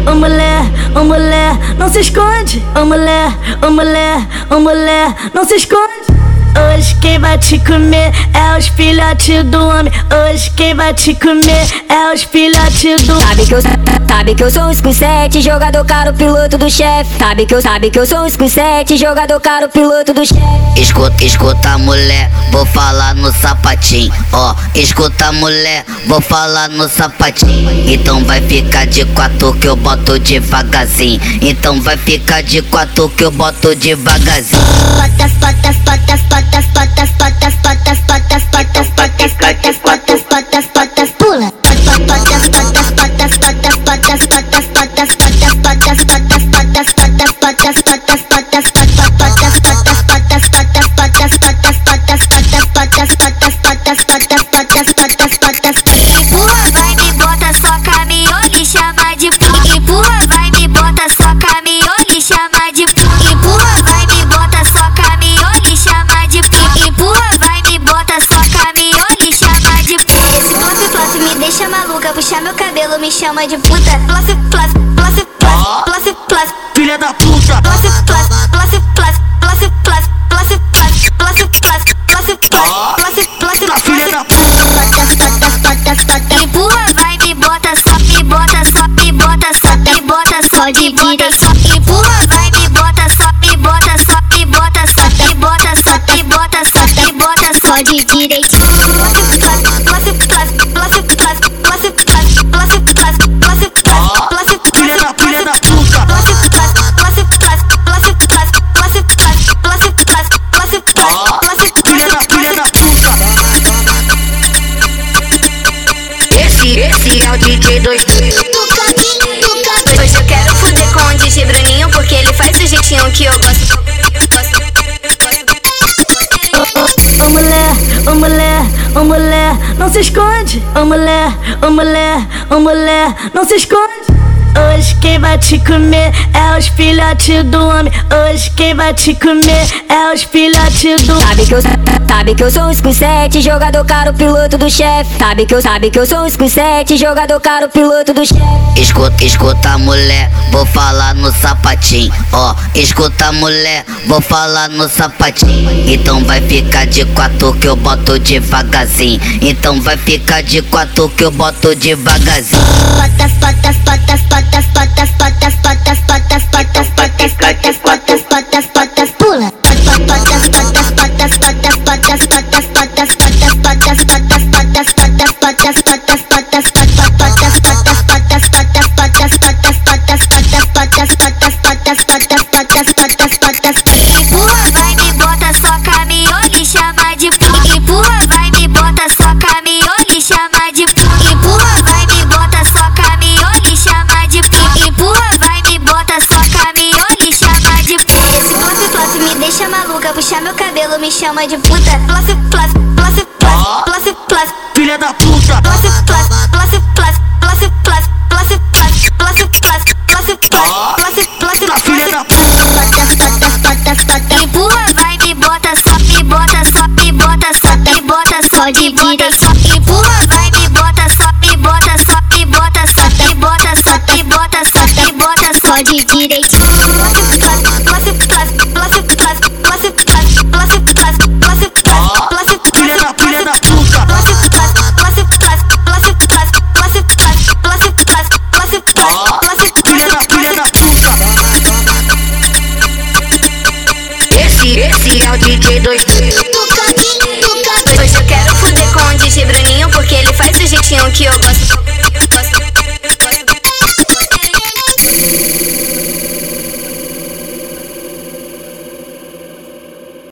ô mulher, ô mulher, não se esconde, ô mulher, ô mulher, ô mulher, não se esconde. Hoje quem vai te comer é os filhotes do homem. Hoje quem vai te comer é os filhotes do homem. Sabe que eu sou um 57, jogador caro, piloto do chefe. Sabe que eu sou um 57, jogador caro, piloto do chefe. Escuta mulher, vou falar no sapatinho. Ó, escuta mulher, vou falar no sapatinho. Então vai ficar de 4 que eu boto devagarzinho. Então vai ficar de 4 que eu boto devagarzinho. Patas, patas, patas, patas, patas, patas, patas, patas, patas, patas, patas, patas, patas, patas, pula. Patas, patas, patas, patas, patas, patas, patas, patas, patas, patas, patas, patas, patas, patas, patas, empurra, vai me bota só caminhão e chama de puta. Empurra, vai me bota só caminhão e chama de puta. Empurra, vai me bota só caminhão e chama de puta. Empurra, vai me bota só caminhão e chama de puta. Esse plaf plaf me deixa maluca, puxar meu cabelo me chama de puta. Plaf plaf plaf plaf plaf plaf, filha da puta. Plaf plaf plaf plaf plaf plaf plaf plaf plaf plaf plaf plaf plaf, filha da puta. Patas, patas, empurra, vai me bota só, me bota só, me bota só, me bota só, me bota só. Empurra, vai me bota só, me bota só, me bota só, me bota só, me bota só, me bota só de direitinho. Filha da puta. Filha da puta. Esse é o DJ 2. Hoje eu quero fuder com o DJ Bruninho, porque ele faz do jeitinho que eu gosto. Ô mulher, ô mulher, ô mulher, não se esconde, ô mulher, ô mulher, ô mulher, não se esconde. Hoje quem vai te comer é os filhotes do homem. Hoje quem vai te comer é os filhotes do homem. Sabe que eu sou um 57, jogador caro, piloto do chefe. Sabe que eu sou um 57, jogador caro, piloto do chefe. Escuta mulher, vou falar no sapatinho. Ó, escuta mulher, vou falar no sapatinho. Então vai ficar de 4 que eu boto devagarzinho. Então vai ficar de 4 que eu boto devagarzinho. Patas, patas, patas, patas, patas, patas, patas, patas, patas, patas, patas, patas, patas, patas, pula. Patas, patas, patas, patas, patas, patas, patas, patas, patas, patas, patas, patas, patas, patas, patas, empurra, vai me bota só caminhão e chama de puta. Empurra, vai me bota só caminhão e chama de puta. Empurra, vai me bota só caminhão e chama de puta. Empurra, vai me bota só caminhão e chama de puta. Esse plaf plaf me deixa maluca, puxar meu cabelo me chama de puta. Plaf plaf plaf plaf plaf plaf, Filha da puta. plaf plaf plaf plaf plaf plaf plaf plaf plaf plaf plaf plaf, Filha da puta. patas, patas, empurra, vai me bota só, me bota só, me bota só, me bota só de direitinho. Empurra, vai me bota só, me bota só, me bota só, me bota só, me bota só, me bota só de direitinho. Filha da puta. Filha da puta. Esse é o DJ 2.